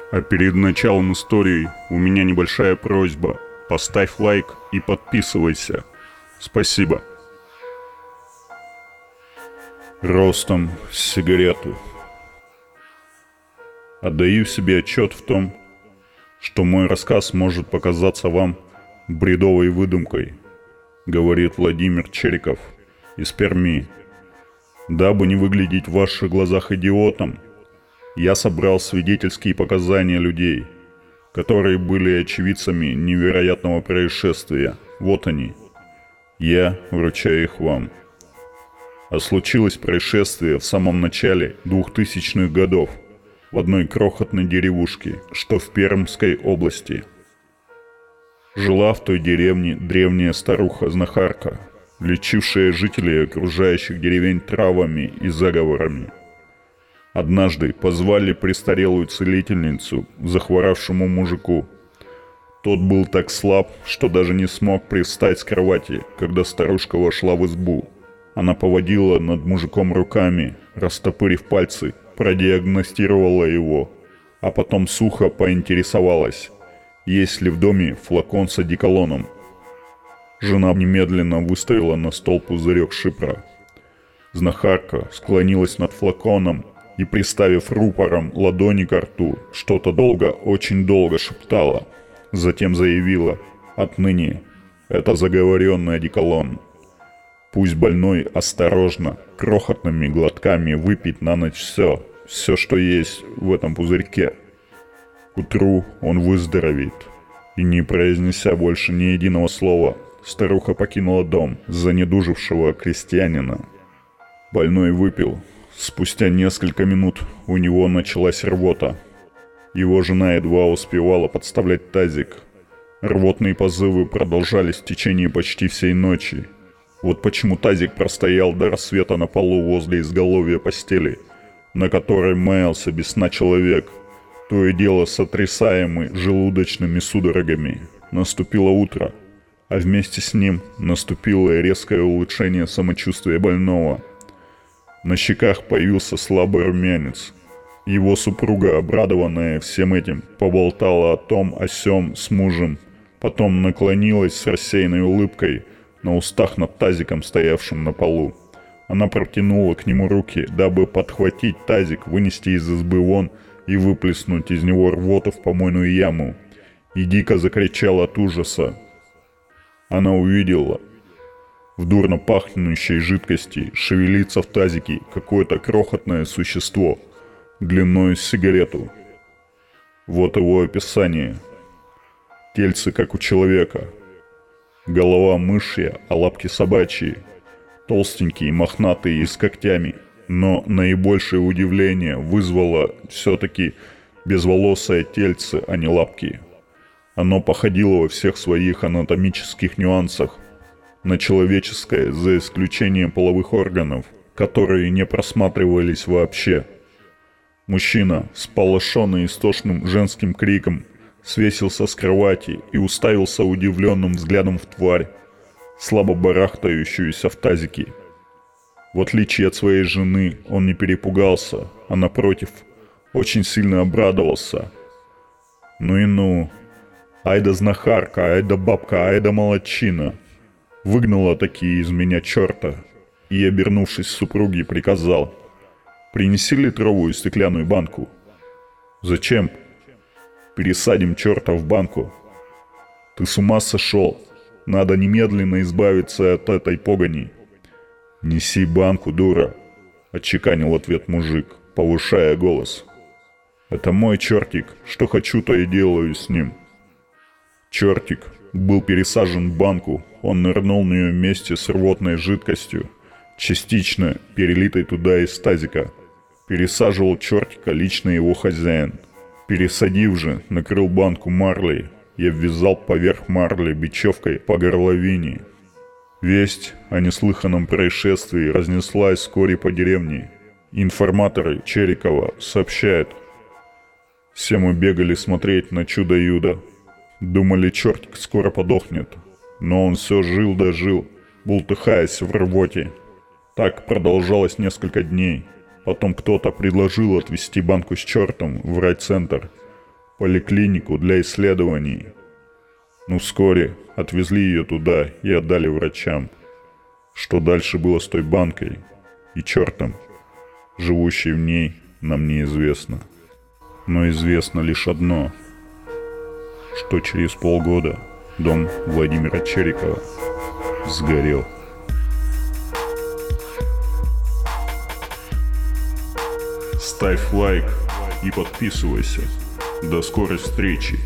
А перед началом истории у меня небольшая просьба. Поставь лайк и подписывайся. Спасибо. Ростом с сигарету. Отдаю себе отчет в том, что мой рассказ может показаться вам бредовой выдумкой, говорит Владимир Чериков из Перми. Дабы не выглядеть в ваших глазах идиотом, я собрал свидетельские показания людей, которые были очевидцами невероятного происшествия. Вот они. Я вручаю их вам. А случилось происшествие в самом начале 2000-х годов в одной крохотной деревушке, что в Пермской области. Жила в той деревне древняя старуха-знахарка, лечившая жителей окружающих деревень травами и заговорами. Однажды позвали престарелую целительницу к захворавшему мужику. Тот был так слаб, что даже не смог привстать с кровати, когда старушка вошла в избу. Она поводила над мужиком руками, растопырив пальцы, продиагностировала его, а потом сухо поинтересовалась, есть ли в доме флакон с одеколоном. Жена немедленно выставила на стол пузырек шипра. Знахарка склонилась над флаконом и, приставив рупором ладони к рту, что-то долго, очень долго шептала. Затем заявила: «Отныне это заговоренный одеколон. Пусть больной осторожно, крохотными глотками выпить на ночь все, что есть в этом пузырьке. К утру он выздоровеет». И не произнеся больше ни единого слова, старуха покинула дом занедужившего крестьянина. Больной выпил. Спустя несколько минут у него началась рвота. Его жена едва успевала подставлять тазик. Рвотные позывы продолжались в течение почти всей ночи. Вот почему тазик простоял до рассвета на полу возле изголовья постели, на которой маялся без сна человек, то и дело сотрясаемый желудочными судорогами. Наступило утро, а вместе с ним наступило резкое улучшение самочувствия больного. На щеках появился слабый румянец. Его супруга, обрадованная всем этим, поболтала о том о сём с мужем, потом наклонилась с рассеянной улыбкой на устах над тазиком, стоявшим на полу. Она протянула к нему руки, дабы подхватить тазик, вынести из избы вон и выплеснуть из него рвоту в помойную яму, и дико закричала от ужаса. Она увидела: в дурно пахнущей жидкости шевелится в тазике какое-то крохотное существо, длиной с сигарету. Вот его описание. Тельце, как у человека. Голова мышья, а лапки собачьи. Толстенькие, мохнатые и с когтями. Но наибольшее удивление вызвало все-таки безволосое тельце, а не лапки. Оно походило во всех своих анатомических нюансах на человеческое, за исключением половых органов, которые не просматривались вообще. Мужчина, сполошенный истошным женским криком, свесился с кровати и уставился удивленным взглядом в тварь, слабо барахтающуюся в тазике. В отличие от своей жены, он не перепугался, а напротив, очень сильно обрадовался. Ну и ну, ай да знахарка, ай да бабка, ай да молодчина. Выгнала такие из меня черта. И, обернувшись к супруге, приказал: «Принеси литровую стеклянную банку». «Зачем?» «Пересадим черта в банку». «Ты с ума сошел? Надо немедленно избавиться от этой погони». «Неси банку, дура», — отчеканил ответ мужик, повышая голос. «Это мой чертик, что хочу, то и делаю с ним». Чертик был пересажен в банку, он нырнул в нее вместе с рвотной жидкостью, частично перелитой туда из тазика. Пересаживал чертика лично его хозяин. Пересадив же, накрыл банку марлей и обвязал поверх марли бечевкой по горловине. Весть о неслыханном происшествии разнеслась вскоре по деревне. Информаторы Черикова сообщают: все мы бегали смотреть на чудо-юдо. Думали, чертик скоро подохнет, но он все жил да жил, бултыхаясь в рвоте. Так продолжалось несколько дней. Потом кто-то предложил отвезти банку с чертом в райцентр, поликлинику для исследований. Но вскоре отвезли ее туда и отдали врачам. Что дальше было с той банкой и чертом, живущей в ней, нам неизвестно. Но известно лишь одно, что через полгода дом Владимира Черикова сгорел. Ставь лайк и подписывайся. До скорой встречи.